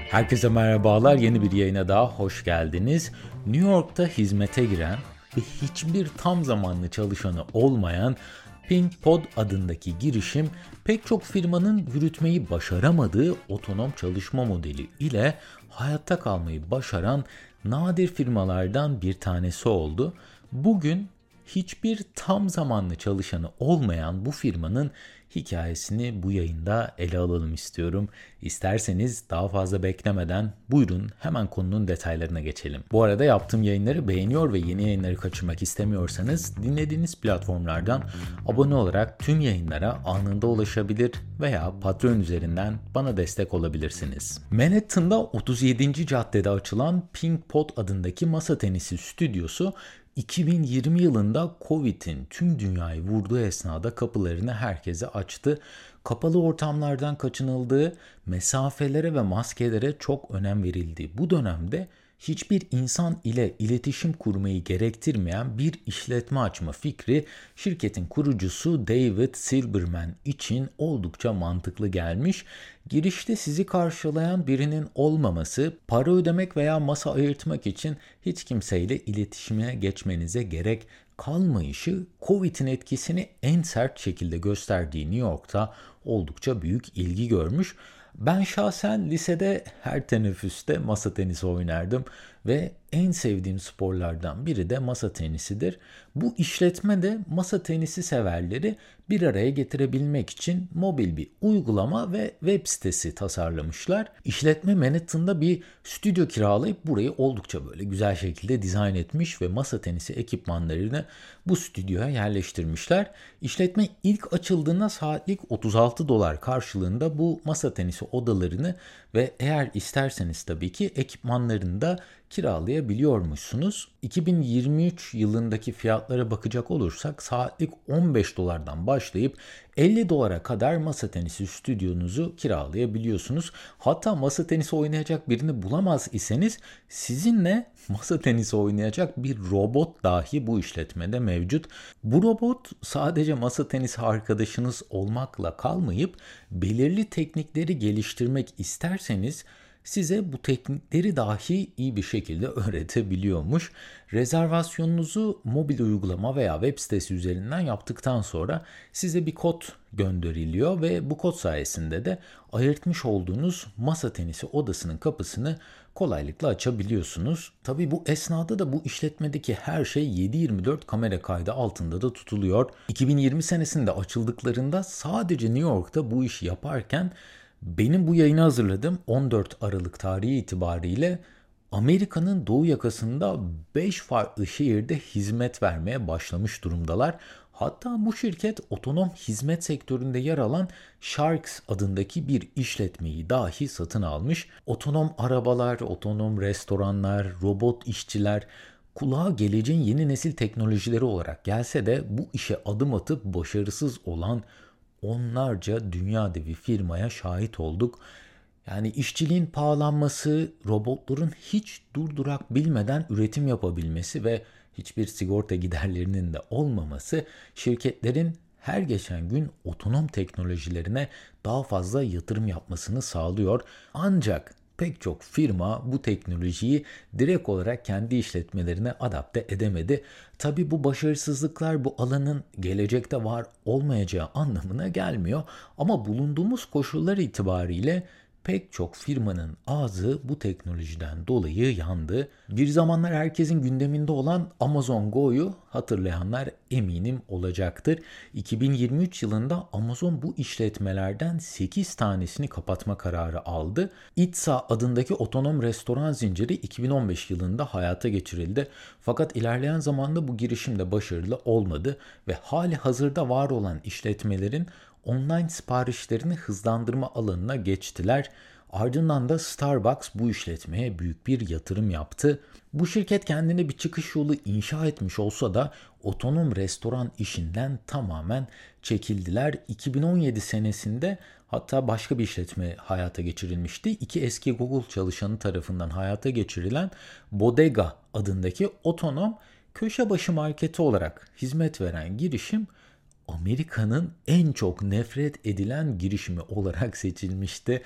Herkese merhabalar, yeni bir yayına daha hoş geldiniz. New York'ta hizmete giren ve hiçbir tam zamanlı çalışanı olmayan PinkPod adındaki girişim pek çok firmanın yürütmeyi başaramadığı otonom çalışma modeli ile hayatta kalmayı başaran nadir firmalardan bir tanesi oldu. Bugün hiçbir tam zamanlı çalışanı olmayan bu firmanın hikayesini bu yayında ele alalım istiyorum. İsterseniz daha fazla beklemeden buyurun hemen konunun detaylarına geçelim. Bu arada yaptığım yayınları beğeniyor ve yeni yayınları kaçırmak istemiyorsanız dinlediğiniz platformlardan abone olarak tüm yayınlara anında ulaşabilir veya Patreon üzerinden bana destek olabilirsiniz. Manhattan'da 37. caddede açılan PinkPod adındaki masa tenisi stüdyosu 2020 yılında Covid'in tüm dünyayı vurduğu esnada kapılarını herkese açtı. Kapalı ortamlardan kaçınıldığı, mesafelere ve maskelere çok önem verildiği bu dönemde hiçbir insan ile iletişim kurmayı gerektirmeyen bir işletme açma fikri şirketin kurucusu David Silberman için oldukça mantıklı gelmiş. Girişte sizi karşılayan birinin olmaması, para ödemek veya masa ayırtmak için hiç kimseyle iletişime geçmenize gerek kalmayışı Covid'in etkisini en sert şekilde gösterdiği New York'ta oldukça büyük ilgi görmüş. Ben şahsen lisede her teneffüste masa tenisi oynardım ve en sevdiğim sporlardan biri de masa tenisidir. Bu işletme de masa tenisi severleri bir araya getirebilmek için mobil bir uygulama ve web sitesi tasarlamışlar. İşletme Manhattan'da bir stüdyo kiralayıp burayı oldukça böyle güzel şekilde dizayn etmiş ve masa tenisi ekipmanlarını bu stüdyoya yerleştirmişler. İşletme ilk açıldığında saatlik $36 karşılığında bu masa tenisi odalarını ve eğer isterseniz tabii ki ekipmanlarını da kiralayabiliyormuşsunuz. 2023 yılındaki fiyatlara bakacak olursak saatlik $15'dan başlayıp $50 kadar masa tenisi stüdyonuzu kiralayabiliyorsunuz. Hatta masa tenisi oynayacak birini bulamaz iseniz sizinle masa tenisi oynayacak bir robot dahi bu işletmede mevcut. Bu robot sadece masa tenisi arkadaşınız olmakla kalmayıp belirli teknikleri geliştirmek isterseniz size bu teknikleri dahi iyi bir şekilde öğretebiliyormuş. Rezervasyonunuzu mobil uygulama veya web sitesi üzerinden yaptıktan sonra size bir kod gönderiliyor ve bu kod sayesinde de ayırtmış olduğunuz masa tenisi odasının kapısını kolaylıkla açabiliyorsunuz. Tabii bu esnada da bu işletmedeki her şey 7/24 kamera kaydı altında da tutuluyor. 2020 senesinde açıldıklarında sadece New York'ta bu işi yaparken benim bu yayını hazırladığım 14 Aralık tarihi itibariyle Amerika'nın doğu yakasında 5 farklı şehirde hizmet vermeye başlamış durumdalar. Hatta bu şirket otonom hizmet sektöründe yer alan Sharks adındaki bir işletmeyi dahi satın almış. Otonom arabalar, otonom restoranlar, robot işçiler kulağa geleceğin yeni nesil teknolojileri olarak gelse de bu işe adım atıp başarısız olan onlarca dünya devi firmaya şahit olduk. Yani işçiliğin pahalanması, robotların hiç durdurak bilmeden üretim yapabilmesi ve hiçbir sigorta giderlerinin de olmaması şirketlerin her geçen gün otonom teknolojilerine daha fazla yatırım yapmasını sağlıyor. Ancak pek çok firma bu teknolojiyi direkt olarak kendi işletmelerine adapte edemedi. Tabii bu başarısızlıklar bu alanın gelecekte var olmayacağı anlamına gelmiyor. Ama bulunduğumuz koşullar itibariyle pek çok firmanın ağzı bu teknolojiden dolayı yandı. Bir zamanlar herkesin gündeminde olan Amazon Go'yu hatırlayanlar eminim olacaktır. 2023 yılında Amazon bu işletmelerden 8 tanesini kapatma kararı aldı. Itza adındaki otonom restoran zinciri 2015 yılında hayata geçirildi. Fakat ilerleyen zamanda bu girişim de başarılı olmadı ve hali hazırda var olan işletmelerin online siparişlerini hızlandırma alanına geçtiler. Ardından da Starbucks bu işletmeye büyük bir yatırım yaptı. Bu şirket kendine bir çıkış yolu inşa etmiş olsa da otonom restoran işinden tamamen çekildiler. 2017 senesinde hatta başka bir işletme hayata geçirilmişti. İki eski Google çalışanı tarafından hayata geçirilen Bodega adındaki otonom köşe başı marketi olarak hizmet veren girişim Amerika'nın en çok nefret edilen girişimi olarak seçilmişti.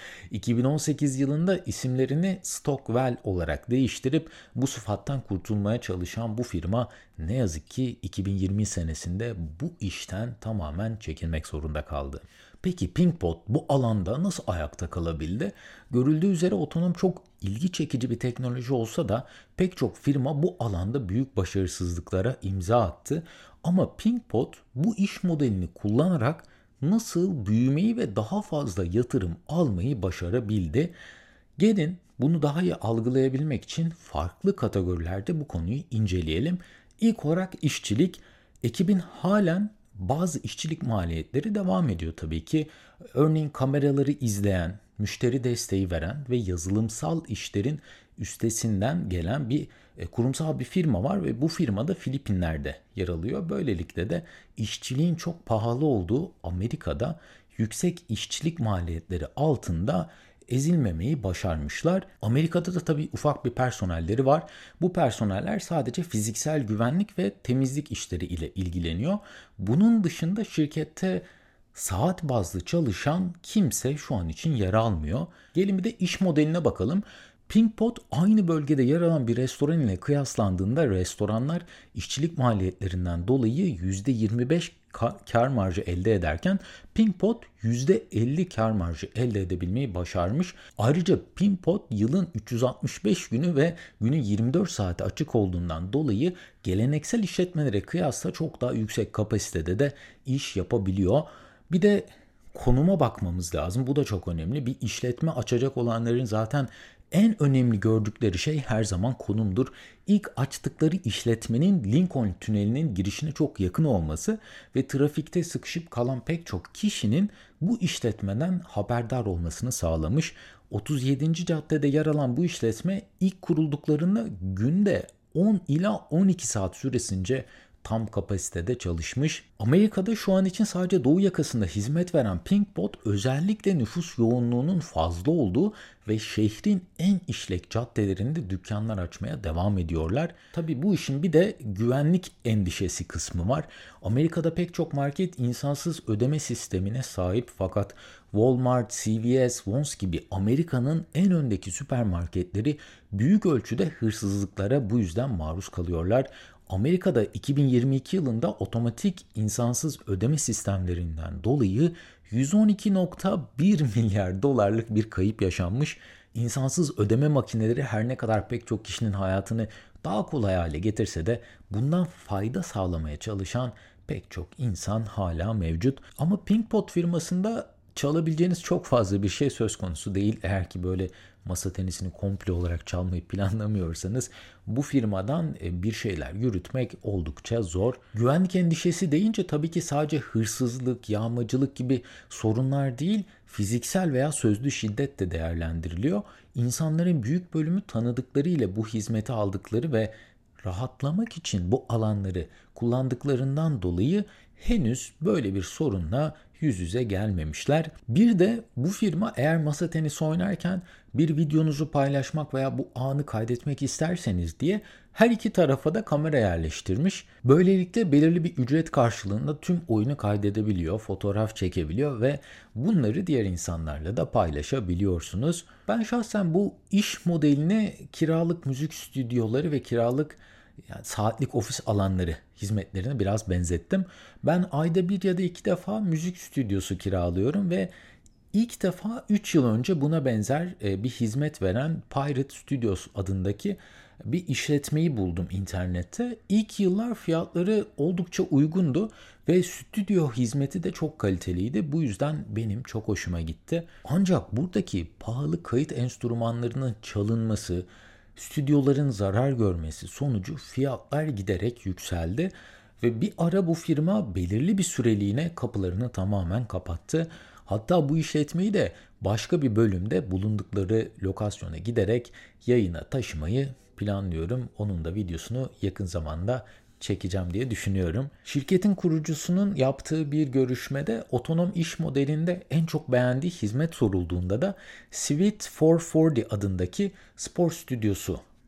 2018 yılında isimlerini Stockwell olarak değiştirip bu sıfattan kurtulmaya çalışan bu firma ne yazık ki 2020 senesinde bu işten tamamen çekilmek zorunda kaldı. Peki Pinkbot bu alanda nasıl ayakta kalabildi? Görüldüğü üzere otonom çok ilgi çekici bir teknoloji olsa da pek çok firma bu alanda büyük başarısızlıklara imza attı. Ama Pinkbot bu iş modelini kullanarak nasıl büyümeyi ve daha fazla yatırım almayı başarabildi? Gelin bunu daha iyi algılayabilmek için farklı kategorilerde bu konuyu inceleyelim. İlk olarak işçilik. Ekibin halen bazı işçilik maliyetleri devam ediyor tabii ki. Örneğin kameraları izleyen, müşteri desteği veren ve yazılımsal işlerin üstesinden gelen bir kurumsal bir firma var ve bu firma da Filipinler'de yer alıyor. Böylelikle de işçiliğin çok pahalı olduğu Amerika'da yüksek işçilik maliyetleri altında ezilmemeyi başarmışlar. Amerika'da da tabii ufak bir personelleri var. Bu personeller sadece fiziksel güvenlik ve temizlik işleri ile ilgileniyor. Bunun dışında şirkette saat bazlı çalışan kimse şu an için yer almıyor. Gelin bir de iş modeline bakalım. Pinkpot aynı bölgede yer alan bir restoran ile kıyaslandığında restoranlar işçilik maliyetlerinden dolayı %25 kar marjı elde ederken Pinkpot %50 kar marjı elde edebilmeyi başarmış. Ayrıca Pinkpot yılın 365 günü ve günün 24 saati açık olduğundan dolayı geleneksel işletmelere kıyasla çok daha yüksek kapasitede de iş yapabiliyor. Bir de konuma bakmamız lazım. Bu da çok önemli. Bir işletme açacak olanların zaten en önemli gördükleri şey her zaman konumdur. İlk açtıkları işletmenin Lincoln Tüneli'nin girişine çok yakın olması ve trafikte sıkışıp kalan pek çok kişinin bu işletmeden haberdar olmasını sağlamış. 37. caddede yer alan bu işletme ilk kurulduklarında günde 10 ila 12 saat süresince tam kapasitede çalışmış. Amerika'da şu an için sadece doğu yakasında hizmet veren Pinkbot özellikle nüfus yoğunluğunun fazla olduğu ve şehrin en işlek caddelerinde dükkanlar açmaya devam ediyorlar. Tabii bu işin bir de güvenlik endişesi kısmı var. Amerika'da pek çok market insansız ödeme sistemine sahip fakat Walmart, CVS, Vons gibi Amerika'nın en öndeki süpermarketleri büyük ölçüde hırsızlıklara bu yüzden maruz kalıyorlar. Amerika'da 2022 yılında otomatik insansız ödeme sistemlerinden dolayı 112,1 milyar dolarlık bir kayıp yaşanmış. İnsansız ödeme makineleri her ne kadar pek çok kişinin hayatını daha kolay hale getirse de bundan fayda sağlamaya çalışan pek çok insan hala mevcut. Ama Pinkpot firmasında çalabileceğiniz çok fazla bir şey söz konusu değil. Eğer ki böyle masa tenisini komple olarak çalmayı planlamıyorsanız bu firmadan bir şeyler yürütmek oldukça zor. Güvenlik endişesi deyince tabii ki sadece hırsızlık, yağmacılık gibi sorunlar değil, fiziksel veya sözlü şiddet de değerlendiriliyor. İnsanların büyük bölümü tanıdıklarıyla bu hizmeti aldıkları ve rahatlamak için bu alanları kullandıklarından dolayı henüz böyle bir sorunla yüz yüze gelmemişler. Bir de bu firma eğer masa tenisi oynarken bir videonuzu paylaşmak veya bu anı kaydetmek isterseniz diye her iki tarafa da kamera yerleştirmiş. Böylelikle belirli bir ücret karşılığında tüm oyunu kaydedebiliyor, fotoğraf çekebiliyor ve bunları diğer insanlarla da paylaşabiliyorsunuz. Ben şahsen bu iş modelini kiralık müzik stüdyoları ve kiralık saatlik ofis alanları hizmetlerine biraz benzettim. Ben ayda bir ya da iki defa müzik stüdyosu kiralıyorum ve ilk defa 3 yıl önce buna benzer bir hizmet veren Pirate Studios adındaki bir işletmeyi buldum internette. İlk yıllar fiyatları oldukça uygundu ve stüdyo hizmeti de çok kaliteliydi. Bu yüzden benim çok hoşuma gitti. Ancak buradaki pahalı kayıt enstrümanlarının çalınması, stüdyoların zarar görmesi sonucu fiyatlar giderek yükseldi ve bir ara bu firma belirli bir süreliğine kapılarını tamamen kapattı. Hatta bu işletmeyi de başka bir bölümde bulundukları lokasyona giderek yayına taşımayı planlıyorum. Onun da videosunu yakın zamanda çekeceğim diye düşünüyorum. Şirketin kurucusunun yaptığı bir görüşmede otonom iş modelinde en çok beğendiği hizmet sorulduğunda da Sweet 440 adındaki spor stüdyosu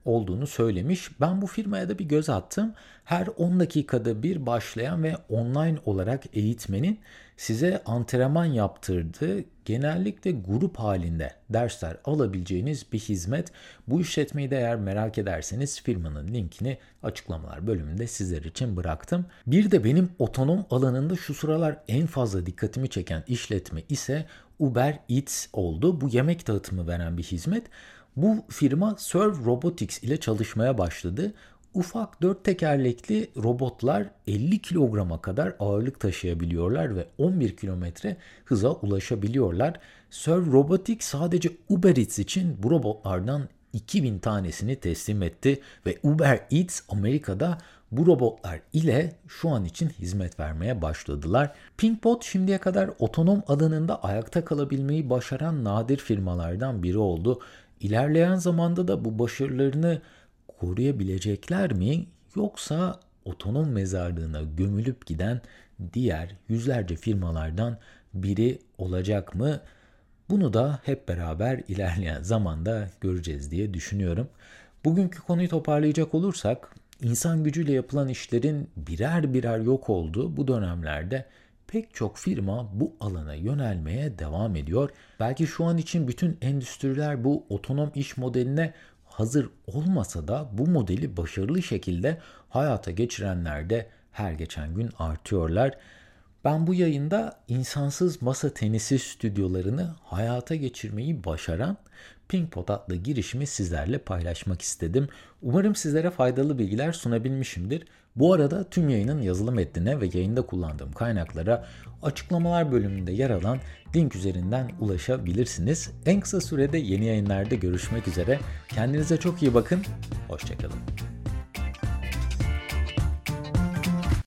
olduğunu söylemiş. Ben bu firmaya da bir göz attım. Her 10 dakikada bir başlayan ve online olarak eğitmenin size antrenman yaptırdığı, genellikle grup halinde dersler alabileceğiniz bir hizmet. Bu işletmeyi de eğer merak ederseniz firmanın linkini açıklamalar bölümünde sizler için bıraktım. Bir de benim otonom alanında şu sıralar en fazla dikkatimi çeken işletme ise Uber Eats oldu. Bu yemek dağıtımı veren bir hizmet. Bu firma Serve Robotics ile çalışmaya başladı. Ufak 4 tekerlekli robotlar 50 kilograma kadar ağırlık taşıyabiliyorlar ve 11 kilometre hıza ulaşabiliyorlar. Serve Robotics sadece Uber Eats için bu robotlardan 2000 tanesini teslim etti ve Uber Eats Amerika'da bu robotlar ile şu an için hizmet vermeye başladılar. Pinkbot şimdiye kadar otonom alanında ayakta kalabilmeyi başaran nadir firmalardan biri oldu. İlerleyen zamanda da bu başarılarını koruyabilecekler mi, yoksa otonom mezarlığına gömülüp giden diğer yüzlerce firmalardan biri olacak mı? Bunu da hep beraber ilerleyen zamanda göreceğiz diye düşünüyorum. Bugünkü konuyu toparlayacak olursak, insan gücüyle yapılan işlerin birer birer yok olduğu bu dönemlerde pek çok firma bu alana yönelmeye devam ediyor. Belki şu an için bütün endüstriler bu otonom iş modeline hazır olmasa da bu modeli başarılı şekilde hayata geçirenler de her geçen gün artıyorlar. Ben bu yayında insansız masa tenisi stüdyolarını hayata geçirmeyi başaran Pinkpot adlı girişimi sizlerle paylaşmak istedim. Umarım sizlere faydalı bilgiler sunabilmişimdir. Bu arada tüm yayının yazılı metnine ve yayında kullandığım kaynaklara açıklamalar bölümünde yer alan link üzerinden ulaşabilirsiniz. En kısa sürede yeni yayınlarda görüşmek üzere. Kendinize çok iyi bakın. Hoşça kalın.